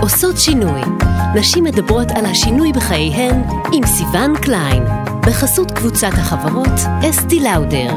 עושות שינוי. נשים מדברות על השינוי בחייהן עם סיוון קליין, בחסות קבוצת החברות אסתי לאודר.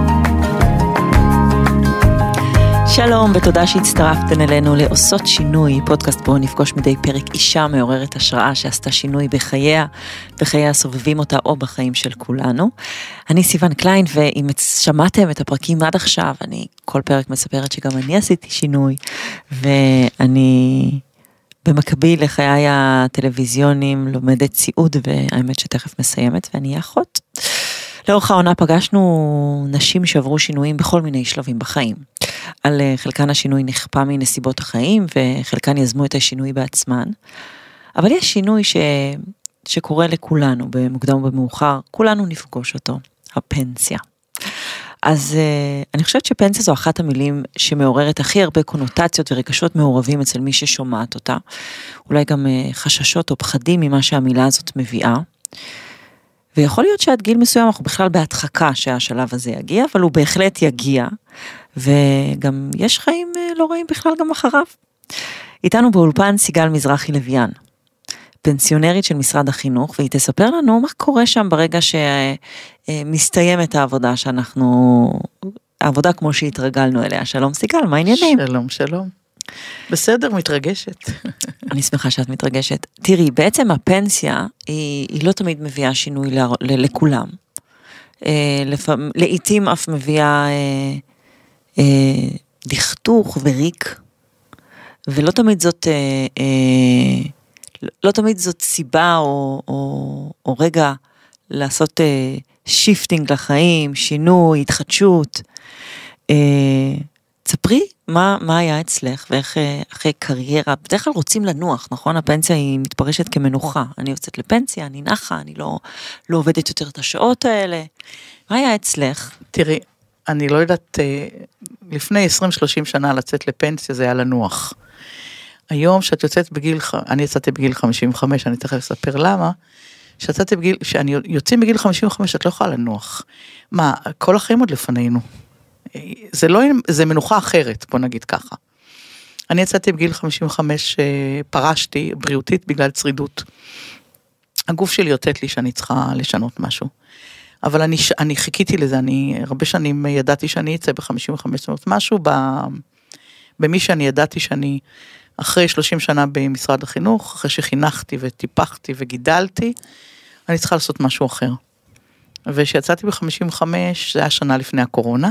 שלום ותודה שהצטרפתן אלינו לעושות שינוי, פודקאסט בו נפגוש מדי פרק אישה מעוררת השראה שעשתה שינוי בחייה, בחיי הסובבים אותה או בחיים של כולנו. אני סיוון קליין, ואם שמעתם את הפרקים עד עכשיו, אני כל פרק מספרת שגם אני עשיתי שינוי, ואני במקביל לחיי הטלוויזיונים לומדת סיעוד, והאמת שתכף מסיימת, ואני אחות. לאורך העונה פגשנו נשים שעברו שינויים בכל מיני שלבים בחיים. על חלקן השינוי נכפה מנסיבות החיים, וחלקן יזמו את השינוי בעצמן. אבל יש שינוי שקורה לכולנו, במוקדם ובמאוחר, כולנו נפגוש אותו, הפנסיה. אז אני חושבת שפנסיה זו אחת המילים שמעוררת הכי הרבה קונוטציות ורגשות מעורבים אצל מי ששומעת אותה. אולי גם חששות או פחדים ממה שהמילה הזאת מביאה. ויכול להיות שעד גיל מסוים אנחנו בכלל בהדחקה שהשלב הזה יגיע, אבל הוא בהחלט יגיע, וגם יש חיים לא רעים בכלל גם אחריו. איתנו באולפן סיגל מזרחי לויאן, פנסיונרית של משרד החינוך, והיא תספר לנו מה קורה שם ברגע שמסתיימת העבודה העבודה כמו שהתרגלנו אליה. שלום סיגל, מה העניינים? שלום, שלום. בסדר, מתרגשת. אני שמחה שאת מתרגשת. תראי, בעצם הפנסיה היא לא תמיד מביאה שינוי לכולם. לעתים אף מביאה דכתוך וריק, ולא תמיד זאת סיבה או רגע לעשות שיפטינג לחיים, שינוי, התחדשות. תספרי מה היה אצלך, ואיך אחרי קריירה, בדרך כלל רוצים לנוח, נכון? הפנסיה היא מתפרשת כמנוחה, אני יוצאת לפנסיה, אני נחה, אני לא עובדת יותר את השעות האלה. מה היה אצלך? תראי, אני לא יודעת, לפני 20-30 שנה לצאת לפנסיה זה היה לנוח. היום שאת יוצאת אני יצאתי בגיל 55, אני תכף אספר למה, שאני יוצאים בגיל 55, את לא יכולה לנוח. מה, כל החיים עוד לפנינו. זה מנוחה אחרת, בוא נגיד ככה. אני יצאתי בגיל 55, פרשתי בריאותית בגלל צרידות. הגוף שלי יוצאת לי שאני צריכה לשנות משהו. אבל אני חיכיתי לזה, אני הרבה שנים ידעתי שאני אצא ב-55, זאת אומרת משהו במי שאני ידעתי שאני אחרי 30 שנה במשרד החינוך, אחרי שחינכתי וטיפחתי וגידלתי, אני צריכה לעשות משהו אחר. ושיצאתי ב-55, זה היה שנה לפני הקורונה,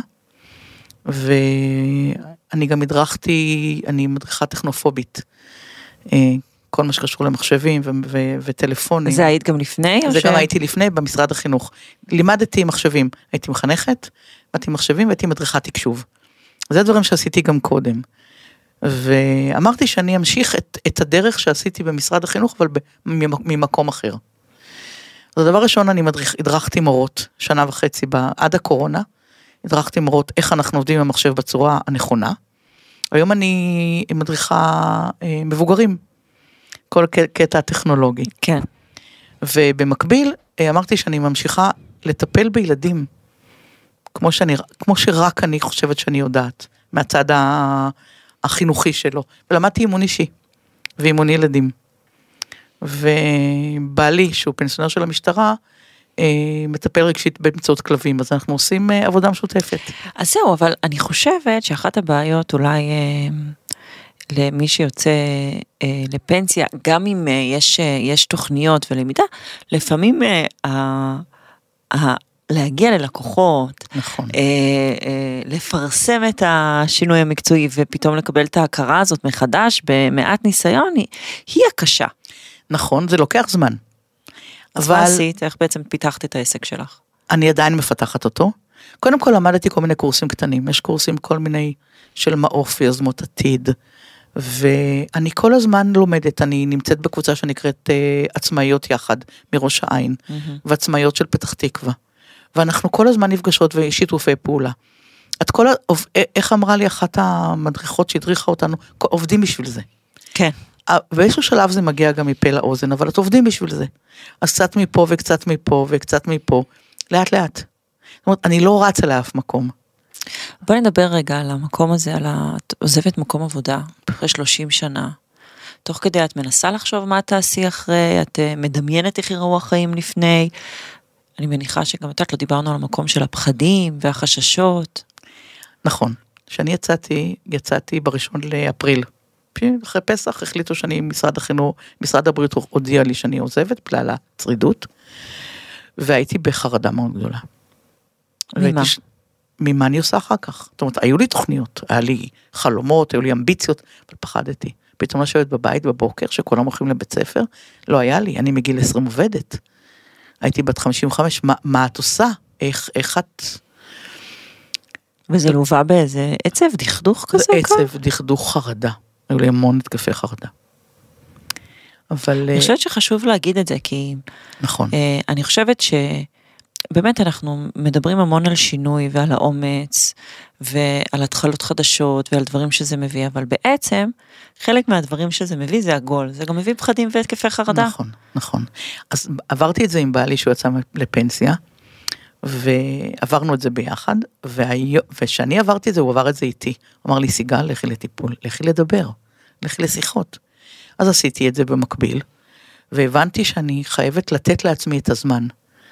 ואני גם אני מדריכה טכנופובית, כל מה שקשור למחשבים וטלפונים. זה היית גם לפני? זה גם הייתי לפני במשרד החינוך. לימדתי מחשבים, הייתי מחנכת, הייתי מחשבים והייתי מדריכה תקשוב. זה דברים שעשיתי גם קודם. ואמרתי שאני אמשיך את הדרך שעשיתי במשרד החינוך, אבל ממקום אחר. אז הדבר ראשון, אני הדרכתי מורות, 1.5 שנה עד הקורונה, הדרכתי מורות איך אנחנו עובדים עם המחשב בצורה הנכונה. היום אני מדריכה מבוגרים, כל קטע הטכנולוגי. כן. ובמקביל, אמרתי שאני ממשיכה לטפל בילדים, כמו שרק אני חושבת שאני יודעת, מהצד החינוכי שלו. ולמדתי אימון אישי, ואימון ילדים. ובעלי, שהוא פנסיונר של המשטרה, מטפל רגשית באמצעות כלבים, אז אנחנו עושים עבודה משותפת. אז זהו, אבל אני חושבת שאחת הבעיות אולי למי שיוצא לפנסיה, גם אם יש תוכניות ולמידה, לפעמים להגיע ללקוחות, נכון. לפרסם את השינוי המקצועי, ופתאום לקבל את ההכרה הזאת מחדש, במעט ניסיון, היא הקשה. נכון, זה לוקח זמן. אז מה עשית? איך בעצם פיתחת את העסק שלך? אני עדיין מפתחת אותו. קודם כל למדתי כל מיני קורסים קטנים, יש קורסים כל מיני של מעוף ויוזמות עתיד, ואני כל הזמן לומדת, אני נמצאת בקבוצה שנקראת עצמאיות יחד, מראש העין, ועצמאיות של פתח תקווה. ואנחנו כל הזמן נפגשות ושיתופי פעולה. איך אמרה לי אחת המדריכות שהדריכה אותנו, עובדים בשביל זה. כן. באיזשהו שלב זה מגיע גם מפה לאוזן, אבל את עובדים בשביל זה. אז קצת מפה וקצת מפה וקצת מפה, לאט לאט. זאת אומרת, אני לא רצה לאף מקום. בוא נדבר רגע על המקום הזה, את עוזבת מקום עבודה, אחרי 30 שנה, תוך כדי את מנסה לחשוב מה תעשי אחרי, את מדמיינת איך יראו החיים לפני, אני מניחה שגם לא דיברנו על המקום של הפחדים והחששות. נכון, כשאני יצאתי בראשון לאפריל, אחרי פסח החליטו שאני משרד החינוך, משרד הבריאות הודיע לי שאני עוזבת, בגלל הצרידות, והייתי בחרדה מאוד גדולה. ממה? ממה אני עושה אחר כך? זאת אומרת, היו לי תוכניות, היה לי חלומות, היו לי אמביציות, אבל פחדתי. פתאום לשבת בבית בבוקר, שכולם הולכים לבית ספר, לא היה לי, אני מגיל 20 עובדת. הייתי בת 55, מה את עושה? איך את... וזה לובה באיזה עצב, דכדוך כזה? זה עצב, דכדוך, חרדה. היו לי המון התקפי חרדה. אבל... אני חושבת שחשוב להגיד את זה, כי... נכון. אני חושבת שבאמת אנחנו מדברים המון על שינוי ועל האומץ, ועל התחלות חדשות ועל דברים שזה מביא, אבל בעצם חלק מהדברים שזה מביא זה הגול, זה גם מביא פחדים והתקפי חרדה. נכון, נכון. אז עברתי את זה עם בעלי שהוא יצא לפנסיה, ועברנו את זה ביחד, ושאני עברתי את זה, הוא עבר את זה איתי. הוא אמר לי, סיגל, לכי לטיפול, לכי לדבר, לכי לשיחות. אז עשיתי את זה במקביל, והבנתי שאני חייבת לתת לעצמי את הזמן.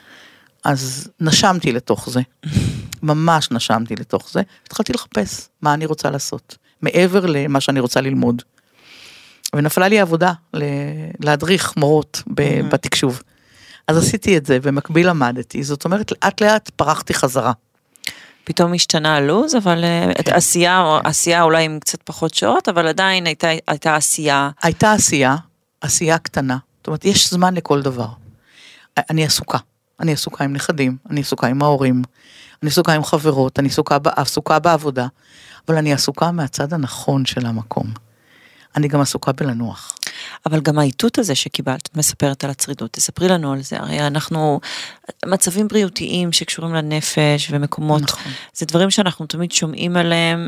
אז נשמתי לתוך זה, ממש נשמתי לתוך זה, התחלתי לחפש מה אני רוצה לעשות, מעבר למה שאני רוצה ללמוד. ונפלה לי עבודה להדריך מורות בתקשוב. אז עשיתי את זה, ומקביל למדתי, זאת אומרת, לאט לאט פרחתי חזרה. פתאום השתנה הלוז, אבל עשייה אולי עם קצת פחות שעות, אבל עדיין הייתה עשייה. הייתה עשייה קטנה. זאת אומרת, יש זמן לכל דבר. אני עסוקה עם נכדים, אני עסוקה עם ההורים, אני עסוקה עם חברות, אני עסוקה בעבודה, אבל אני עסוקה מהצד הנכון של המקום. אני גם עסוקה בלנוח. אבל גם האיתות הזה שקיבלת, את מספרת על הצרידות, תספרי לנו על זה, הרי אנחנו, מצבים בריאותיים שקשורים לנפש ומקומות, נכון. זה דברים שאנחנו תמיד שומעים עליהם,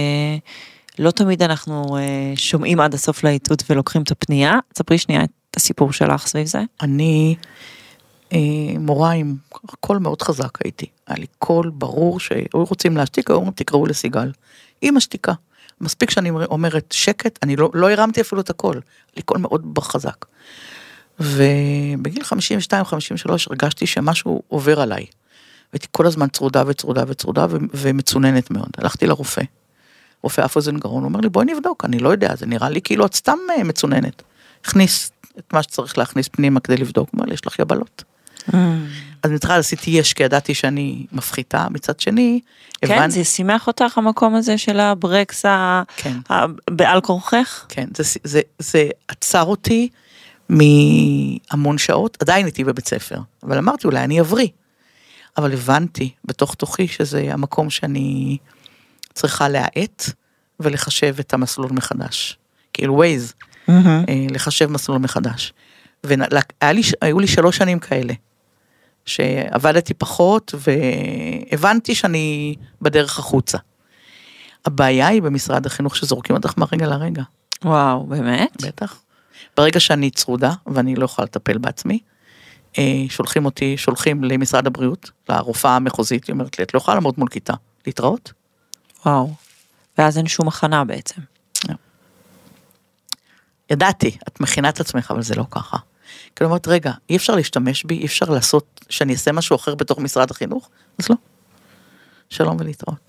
לא תמיד אנחנו שומעים עד הסוף לאיתות ולוקחים את הפנייה, תספרי שנייה את הסיפור שלך סביב זה. אני מורה עם קול מאוד חזק הייתי, היה לי קול ברור שהיו רוצים להשתיק, היו אומרים תקראו לסיגל, היא משתיקה. מספיק שאני אומרת שקט, אני לא הרמתי אפילו את הכל, לי קול מאוד חזק. ובגיל 52-53 הרגשתי שמשהו עובר עליי. והייתי כל הזמן צרודה ומצוננת מאוד. הלכתי לרופא, רופא אף אוזן גרון, הוא אומר לי בואי נבדוק, אני לא יודע, זה נראה לי כאילו את סתם מצוננת. הכניס את מה שצריך להכניס פנימה כדי לבדוק, הוא אומר לי יש לך יבלות. אז מצחד עשיתי יש, כי ידעתי שאני מפחיתה, מצד שני, כן, זה שימח אותך המקום הזה של הברקס בעל כורכך? כן, זה עצר אותי מהמון שעות, עדיין הייתי בבית ספר, אבל אמרתי אולי אני אבריא, אבל הבנתי בתוך תוכי שזה המקום שאני צריכה להעט, ולחשב את המסלול מחדש, כאילו ווייז, לחשב מסלול מחדש, והיו לי 3 שנים כאלה, שעבדתי פחות, והבנתי שאני בדרך החוצה. הבעיה היא במשרד החינוך שזורקים אותך מהרגע לרגע. וואו, באמת? בטח. ברגע שאני צרודה, ואני לא יכולה לטפל בעצמי, שולחים למשרד הבריאות, לרופאה המחוזית, היא אומרת לי, את לא יכולה לעמוד מול כיתה, להתראות? וואו, ואז אין שום הכנה בעצם. ידעתי, את מכינה את עצמך, אבל זה לא ככה. כלומר, רגע, אי אפשר להשתמש בי, אי אפשר לעשות שאני אעשה משהו אחר בתוך משרד החינוך, אז לא. שלום ולהתראות.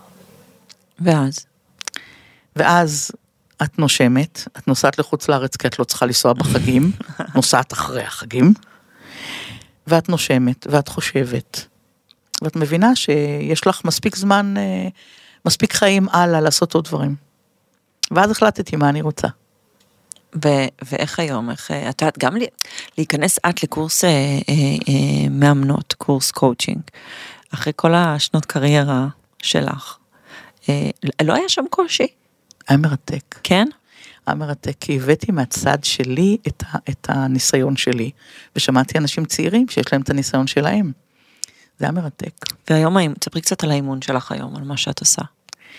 ואז את נושמת, את נוסעת לחוץ לארץ, כי את לא צריכה לנסוע בחגים, נוסעת אחרי החגים, ואת נושמת, ואת חושבת, ואת מבינה שיש לך מספיק זמן, מספיק חיים הלאה לעשות עוד דברים. ואז החלטתי מה אני רוצה. ואיך היום, את יודעת, גם להיכנס עד לקורס מאמנות, קורס קואוצ'ינג, אחרי כל השנות קריירה שלך, לא היה שם קושי? היה מרתק. כן? היה מרתק, כי הבאתי מהצד שלי את הניסיון שלי, ושמעתי אנשים צעירים שיש להם את הניסיון שלהם. זה היה מרתק. והיום, תספרי קצת על האימון שלך היום, על מה שאת עושה.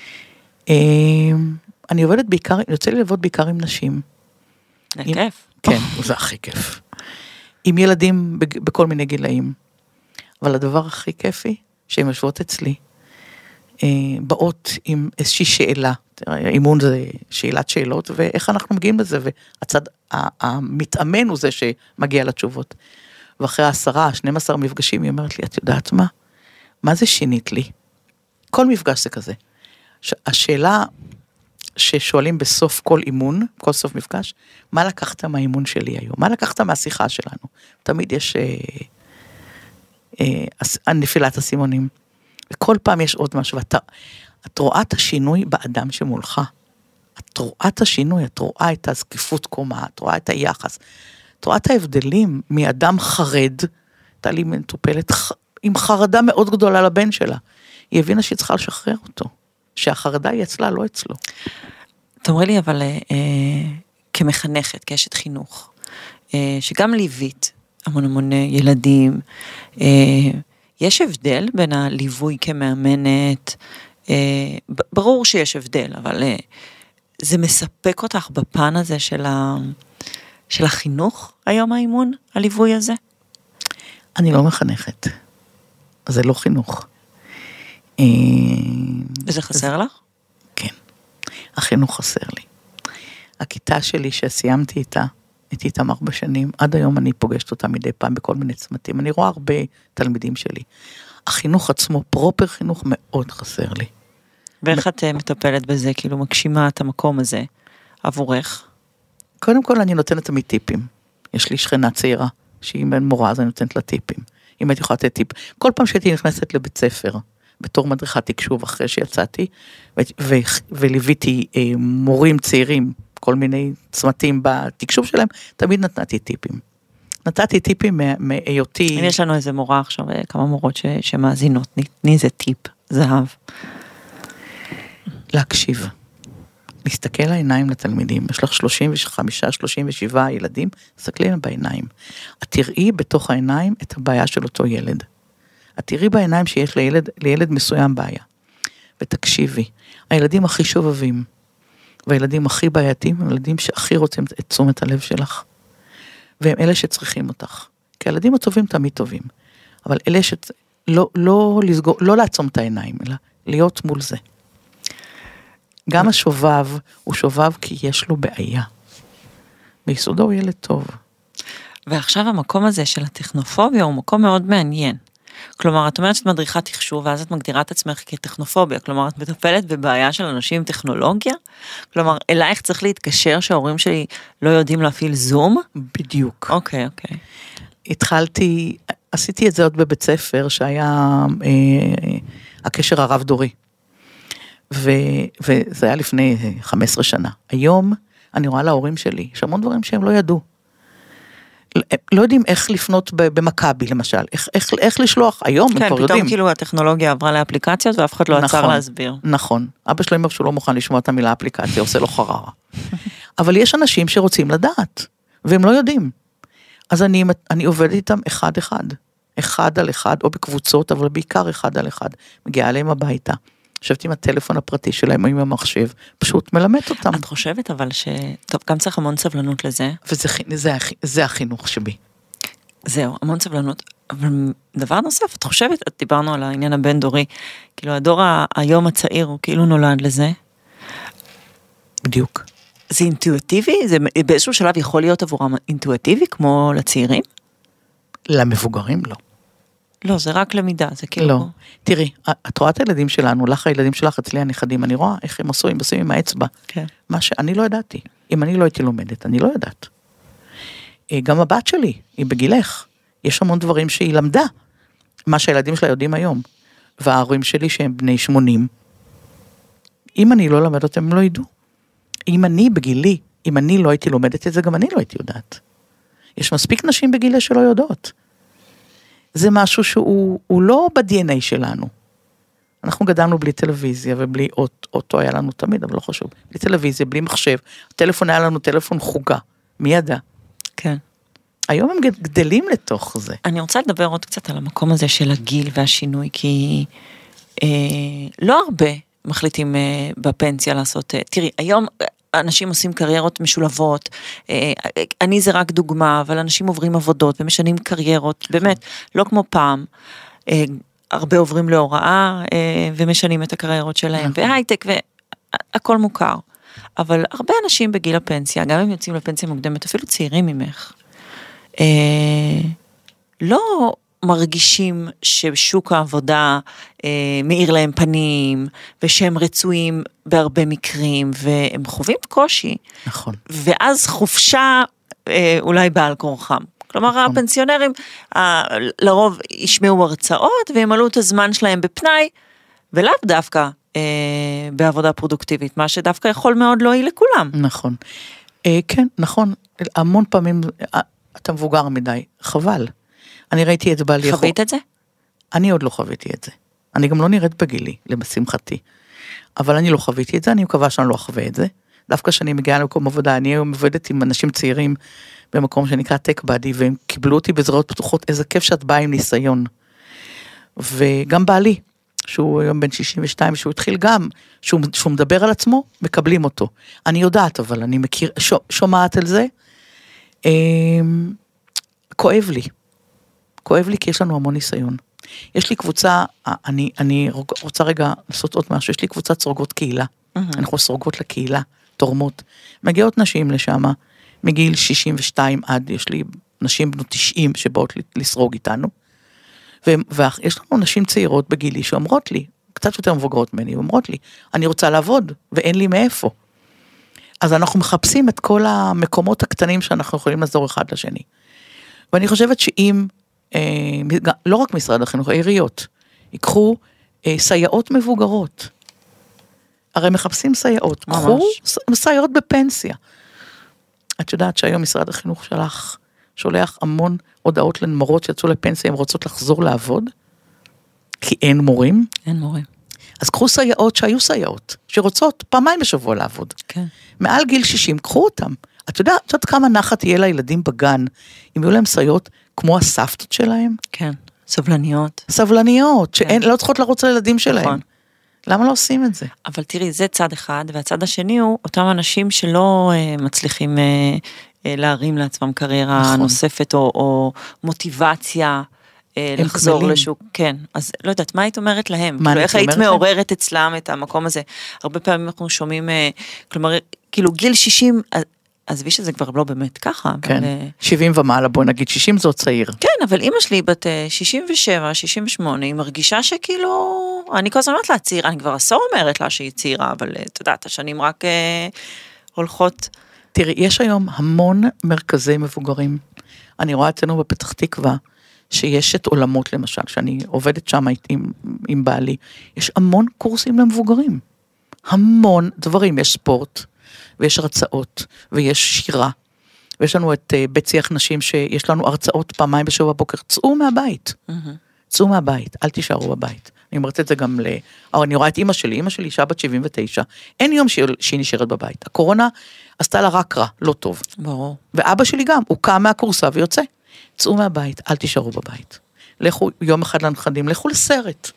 אני עובדת בעיקר, אני רוצה לעבוד בעיקר עם נשים. זה כיף. כן, זה הכי כיף. עם ילדים בכל מיני גילאים. אבל הדבר הכי כיפי, שהן יושבות אצלי, באות עם איזושהי שאלה, אימון זה שאלת שאלות, ואיך אנחנו מגיעים לזה, והצד המתאמן הוא זה שמגיע לתשובות. ואחרי 10-12 מפגשים, היא אומרת לי, את יודעת מה? מה זה שינית לי? כל מפגש זה כזה. השאלה ששואלים בסוף כל אימון, כל סוף מפגש, מה לקחת מהאימון שלי היום? מה לקחת מהשיחה שלנו? תמיד יש נפילת הסימונים. וכל פעם יש עוד משהו, את רואה את השינוי באדם שמולך. את רואה את השינוי, את רואה את הזקיפות קומה, את רואה את היחס, את רואה את ההבדלים מאדם חרד, הייתה לי מטופלת עם חרדה מאוד גדולה לבן שלה. היא הבינה שהיא צריכה לשחרר אותו, שהחרדה היא אצלה, לא אצלו. תאמרי לי, אבל כמחנכת, כאשת חינוך, שגם ליווית המון ילדים, יש הבדל בין הליווי כמאמנת, ברור שיש הבדל, אבל זה מספק אותך בפן הזה של החינוך היום האימון, הליווי הזה? אני לא מחנכת, זה לא חינוך. וזה חסר לך? כן, החינוך חסר לי. הכיתה שלי שסיימתי איתה, הייתי איתם 4 שנים, עד היום אני פוגשת אותה מדי פעם בכל מיני צמתים, אני רואה הרבה תלמידים שלי. החינוך עצמו, פרופר חינוך מאוד חסר לי. ואיך את מטפלת בזה, כאילו מגשימה את המקום הזה עבורך? קודם כל אני נותנת תמיד טיפים. יש לי שכנה צעירה, שהיא מורה, אז אני נותנת לה טיפים. אם הייתי יכולה לתת טיפ. כל פעם שהייתי נכנסת לבית ספר, בתור מדריכת תקשוב אחרי שיצאתי, וליוויתי מורים צעירים, כל מיני צמתים בתקשוב שלהם, תמיד נתתי טיפים. נתתי טיפים מהיותי... יש לנו איזה מורה עכשיו, כמה מורות שמאזינות, תני איזה טיפ, זהב. להקשיב. להסתכל לעיניים לתלמידים, יש לך 35-37 ילדים, תסתכלי להם בעיניים. את תראי בתוך העיניים את הבעיה של אותו ילד. את תראי בעיניים שיש לילד מסוים בעיה. ותקשיבי, הילדים הכי שובבים, והילדים הכי בעייתיים, הם ילדים שהכי רוצים את תשומת הלב שלך. והם אלה שצריכים אותך. כי הילדים הטובים תמיד טובים. אבל אלה לא לעצום את העיניים, אלא להיות מול זה. גם השובב הוא שובב כי יש לו בעיה. ביסודו הוא ילד טוב. ועכשיו המקום הזה של הטכנופוביה הוא מקום מאוד מעניין. כלומר, את אומרת שאת מדריכת תחשוב, ואז את מגדירה את עצמך כטכנופוביה. כלומר, את מטפלת בבעיה של אנשים עם טכנולוגיה? כלומר, אלייך צריך להתקשר שההורים שלי לא יודעים להפעיל זום? בדיוק. אוקיי. עשיתי את זה עוד בבית ספר, שהיה הקשר הרב דורי. וזה היה לפני 15 שנה. היום אני רואה להורים שלי, יש המון דברים שהם לא ידעו. לא יודעים איך לפנות במכבי למשל, איך לשלוח, היום הם כבר יודעים. כן, פתאום כאילו הטכנולוגיה עברה לאפליקציות, ואף אחד לא עצר להסביר. נכון, אבא שלו אומר שהוא לא מוכן לשמוע את המילה אפליקציה, עושה לו חררה. אבל יש אנשים שרוצים לדעת, והם לא יודעים. אז אני עובד איתם אחד על אחד, או בקבוצות, אבל בעיקר אחד על אחד, מגיעה אליהם הביתה. יושבת עם הטלפון הפרטי שלהם, או עם המחשב, פשוט מלמד אותם. את חושבת אבל טוב, גם צריך המון סבלנות לזה. וזה החינוך שבי. זהו, המון סבלנות. אבל דבר נוסף, את חושבת, דיברנו על העניין הבין דורי, כאילו הדור היום הצעיר הוא כאילו נולד לזה. בדיוק. זה אינטואיטיבי? זה באיזשהו שלב יכול להיות עבורם אינטואיטיבי, כמו לצעירים? למבוגרים לא. לא, זה רק למידה, זה כאילו... לא, תראי, את רואה את הילדים שלנו, לך הילדים שלך, אצלי הנכדים, אני רואה איך הם עושים עם האצבע. כן. מה שאני לא ידעתי. אם אני לא הייתי לומדת, אני לא יודעת. גם הבת שלי, היא בגילך. יש המון דברים שהיא למדה, מה שהילדים שלה יודעים היום. וההורים שלי שהם בני 80, אם אני לא למד אותם, הם לא ידעו. אם אני בגילי, אם אני לא הייתי לומדת את זה, גם אני לא הייתי יודעת. יש מספיק נשים בגילה שלא יודעות. זה משהו שהוא לא ב-DNA שלנו. אנחנו גדלנו בלי טלוויזיה ובלי אוטו היה לנו תמיד, אבל לא חשוב. בלי טלוויזיה, בלי מחשב. הטלפון היה לנו טלפון חוגה. מי ידע? כן. היום הם גדלים לתוך זה. אני רוצה לדבר עוד קצת על המקום הזה של הגיל והשינוי, כי לא הרבה מחליטים בפנסיה לעשות, תראי, היום אנשים עושים קריירות משולבות, אני זה רק דוגמה, אבל אנשים עוברים עבודות ומשנים קריירות, באמת, לא כמו פעם, הרבה עוברים להוראה ומשנים את הקריירות שלהם, והייטק, הכל מוכר. אבל הרבה אנשים בגיל הפנסיה, גם אם יוצאים לפנסיה מוקדמת, אפילו צעירים ממך, לא מרגישים ששוק העבודה מאיר להם פנים, ושהם רצויים בהרבה מקרים, והם חווים קושי. נכון. ואז חופשה אולי בעל כורחם. כלומר, הפנסיונרים לרוב ישמעו הרצאות, וימלאו את הזמן שלהם בפנאי, ולאו דווקא בעבודה פרודוקטיבית, מה שדווקא יכול מאוד להועיל לכולם. נכון. כן, נכון. המון פעמים אתה מבוגר מדי, חבל. אני ראיתי את בעלי... חווית את זה? אני עוד לא חוויתי את זה. אני גם לא נראית בגילי, לשמחתי. אבל אני לא חוויתי את זה, אני מקווה שאני לא אחווה את זה. דווקא כשאני מגיעה למקום עבודה, אני היום עובדת עם אנשים צעירים, במקום שנקרא טק בדי, והם קיבלו אותי בזרועות פתוחות, איזה כיף שאת באה עם ניסיון. וגם בעלי, שהוא היום בן 62, שהוא התחיל גם, שהוא מדבר על עצמו, מקבלים אותו. אני יודעת, אבל אני שומעת על זה. כואב לי כי יש לנו המון ניסיון. יש לי קבוצה, אני רוצה רגע לעשות עוד משהו, יש לי קבוצת סורגות קהילה. אנחנו סורגות לקהילה, תורמות. מגיעות נשים לשם, מגיל 62 עד, יש לי נשים בנות 90 שבאות לסרוג איתנו. ויש לנו נשים צעירות בגילי שאומרות לי, קצת יותר מבוגרות ממני, אומרות לי, אני רוצה לעבוד ואין לי מאיפה. אז אנחנו מחפשים את כל המקומות הקטנים שאנחנו יכולים לעזור אחד לשני. ואני חושבת שאם, לא רק משרד החינוך, העיריות, ייקחו סייעות מבוגרות. הרי מחפשים סייעות. קחו סייעות בפנסיה. את יודעת שהיום משרד החינוך שולח המון הודעות למורות שיצאו לפנסיה, הן רוצות לחזור לעבוד, כי אין מורים. אין מורים. אז קחו סייעות שהיו סייעות, שרוצות פעמיים בשבוע לעבוד. כן. מעל גיל 60, קחו אותם. את יודעת כמה נחת תהיה לילדים בגן, אם יהיו להם סייעות כמו הסבתות שלהם? כן, סבלניות. סבלניות, שהן לא צריכות לרוץ לילדים שלהם. נכון. למה לא עושים את זה? אבל תראי, זה צד אחד, והצד השני הוא אותם אנשים שלא מצליחים להרים לעצמם קריירה נכון. נוספת, או מוטיבציה לחזור כמלים. לשוק. כן, אז לא יודעת, מה היית אומרת להם? מה כאילו, איך היית אומרת מעוררת אצלם את המקום הזה? הרבה פעמים אנחנו שומעים, כלומר, כאילו גיל 60, עזבי שזה כבר לא באמת ככה. כן, אבל, 70 ומעלה, בוא נגיד, 60 זאת צעיר. כן, אבל אמא שלי בת 67, 68, היא מרגישה שכאילו, אני כל הזמן אומרת לה צעירה, אני כבר עשור אומרת לה שהיא צעירה, אבל את יודעת, השנים רק הולכות. תראי, יש היום המון מרכזי מבוגרים. אני רואה אצלנו בפתח תקווה, שיש את עולמות למשל, שאני עובדת שם עם בעלי, יש המון קורסים למבוגרים. המון דברים, יש ספורט, ויש הרצאות, ויש שירה, ויש לנו את בית שיח נשים, שיש לנו הרצאות פעמיים בשבוע בוקר, צאו מהבית, צאו מהבית, אל תישארו בבית. אני אומרת את זה גם אני רואה את אמא שלי אישה בת 79, אין יום שהיא נשארת בבית, הקורונה עשתה לה רק רע, לא טוב. ברור. ואבא שלי גם, הוא קם מהקורסה ויוצא, צאו מהבית, אל תישארו בבית. לכו יום אחד לנכדים, לכו לסרט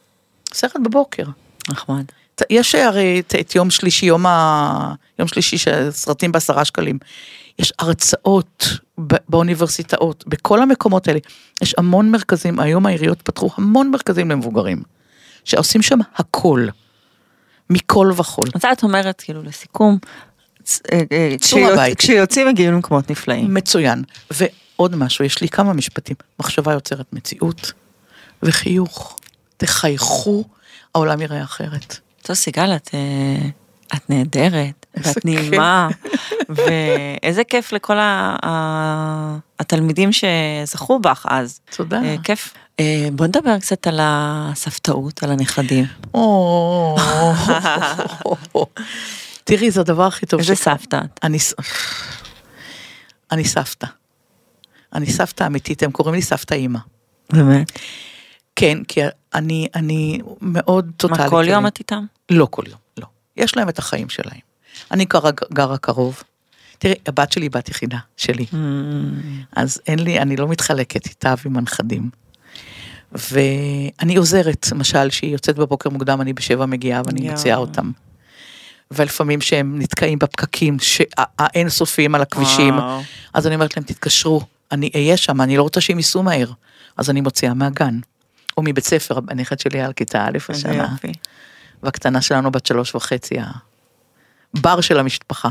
בבוקר. נחמד. יש הרי את יום שלישי, יום שלישי סרטים ב10 שקלים, יש הרצאות באוניברסיטאות, בכל המקומות האלה, יש המון מרכזים, היום העיריות פתחו המון מרכזים למבוגרים, שעושים שם הכל, מכל וכל. אז את אומרת, כאילו, לסיכום, כשיוצאים מגיעים למקומות נפלאים. מצוין, ועוד משהו, יש לי כמה משפטים, מחשבה יוצרת מציאות, וחיוך, תחייכו, העולם יראה אחרת. טוב, סיגל, את נהדרת, ואת נעימה, ואיזה כיף לכל התלמידים שזכו בך אז. תודה. כיף. בוא נדבר קצת על הסבתאות, על הנכדים. תראי, זה הדבר הכי טוב. איזה סבתא? אני סבתא. אני סבתא אמיתית, הם קוראים לי סבתא אימא. באמת? כן, כי אני מאוד טוטלית. מה, כל יום את איתם? לא כל יום, לא. יש להם את החיים שלהם. אני גרה קרוב. תראי, הבת שלי היא בת יחידה שלי. אז אני לא מתחלקת איתה ועם הנכדים. ואני עוזרת, למשל, שהיא יוצאת בבוקר מוקדם, אני ב7 מגיעה ואני מציעה אותם. ולפעמים שהם נתקעים בפקקים, האינסופיים על הכבישים, אז אני אומרת להם, תתקשרו, אני אהיה שם, אני לא רוצה שהם ייסעו מהר. אז אני מוציאה מהגן. או מבית ספר, הנכד שלי על כיתה א' השנה. והקטנה שלנו בת 3.5, בר של המשפחה.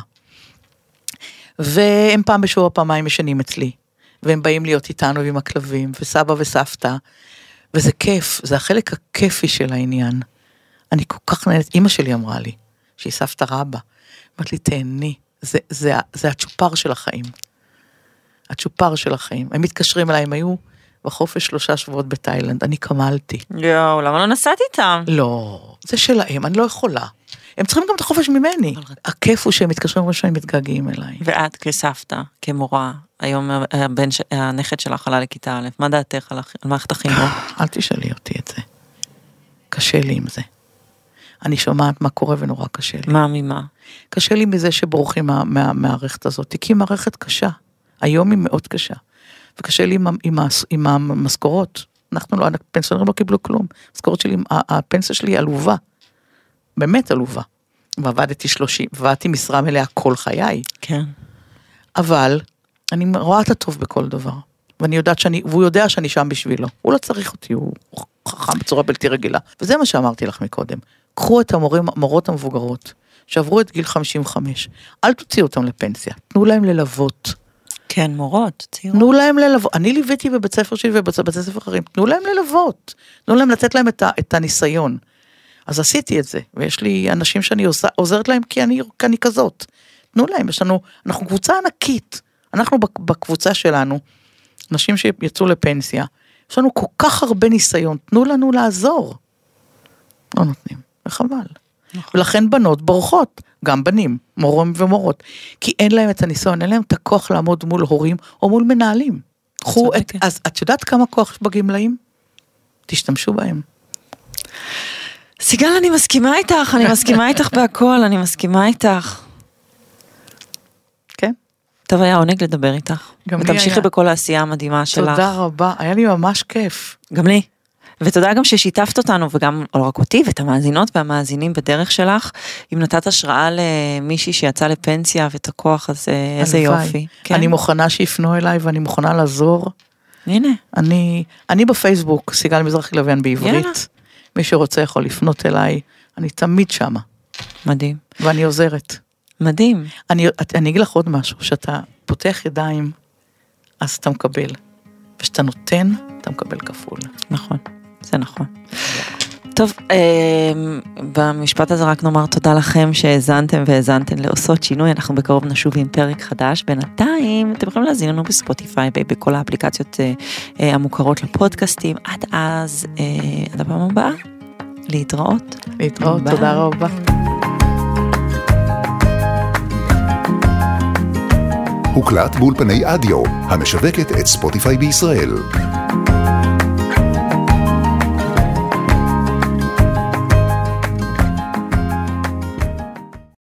והם פעם בשבוע פעמיים ישנים אצלי, והם באים להיות איתנו עם הכלבים, וסבא וסבתא, וזה כיף, זה החלק הכיפי של העניין. אני כל כך נהנית, אמא שלי אמרה לי, שהיא סבתא רבא, אמרת לי, תהני, זה הצ'ופר של החיים. הצ'ופר של החיים. הם מתקשרים אליי, הם היו בחופש 3 שבועות בתאילנד, אני קמלתי. יואו, למה לא נסעת איתם? לא, זה שלהם, אני לא יכולה. הם צריכים גם את החופש ממני. הכיף הוא שהם מתקשרים ראשון, מתגעגעים אליי. ואת כסבתא, כמורה, היום הנכד שלך עלה לכיתה א', מה דעתך על מערכת החינוך? אל תשאלי אותי את זה. קשה לי עם זה. אני שומעת מה קורה ונורא קשה לי. מה ממה? קשה לי מזה שבורחים מהמערכת הזאת, כי היא מערכת קשה. היום היא מאוד קשה. וקשה לי עם המשכורות. אנחנו לא, הפנסיונרים לא קיבלו כלום. המשכורות שלי, הפנסיה שלי עלובה. באמת עלובה. ועבדתי משרה מלאה כל חיי. כן. אבל אני רואה את הטוב בכל דבר. והוא יודע שאני שם בשבילו. הוא לא צריך אותי, הוא חכם בצורה בלתי רגילה. וזה מה שאמרתי לך מקודם. קחו את המורות המבוגרות, שעברו את גיל 55. אל תוציאו אותם לפנסיה. תנו להם ללוות. כן, מורות, צעירות. תנו להם ללוות. אני ליוויתי בבית ספר שלי ובבית ספר אחרים. תנו להם ללוות. תנו להם לתת להם את הניסיון. אז עשיתי את זה. ויש לי אנשים שאני עוזרת להם כי אני כזאת. תנו להם. אנחנו קבוצה ענקית. אנחנו בקבוצה שלנו, אנשים שיצאו לפנסיה, יש לנו כל כך הרבה ניסיון, תנו לנו לעזור. לא נותנים, וחבל. נכון. ולכן בנות בורחות, גם בנים, מורים ומורות, כי אין להם את הניסיון, אין להם את הכוח לעמוד מול הורים, או מול מנהלים. אז את יודעת כמה כוח יש בגמלאים? תשתמשו בהם. סיגל, אני מסכימה איתך בהכל, אני מסכימה איתך. כן. טוב, היה עונג לדבר איתך. ותמשיכי בכל העשייה המדהימה שלך. תודה רבה, היה לי ממש כיף. גם לי. ותודה גם ששיתפת אותנו, וגם לא רק אותי, ואת המאזינות והמאזינים בדרך שלך, אם נתת השראה למישהי שיצא לפנסיה, ואת הכוח הזה, איזה יופי. אני מוכנה שיפנו אליי, ואני מוכנה לעזור. הנה. אני בפייסבוק, סיגל מזרחי לוין בעברית. מי שרוצה יכול לפנות אליי, אני תמיד שמה. מדהים. ואני עוזרת. מדהים. אני אגיד לך עוד משהו, שאתה פותח ידיים, אז אתה מקבל. ושאתה נותן, אתה מקבל כפול. נכון, זה נכון. טוב, במשפט הזה רק נאמר תודה לכם שהאזנתם והאזנתן לעושות שינוי, אנחנו בקרוב נשוב עם פרק חדש, בינתיים אתם יכולים להזין לנו בספוטיפיי, בכל האפליקציות המוכרות לפודקאסטים, עד אז, עד הפעם הבאה, להתראות. תודה רבה. הוקלט באולפני אדיו, המשווקת את ספוטיפיי בישראל.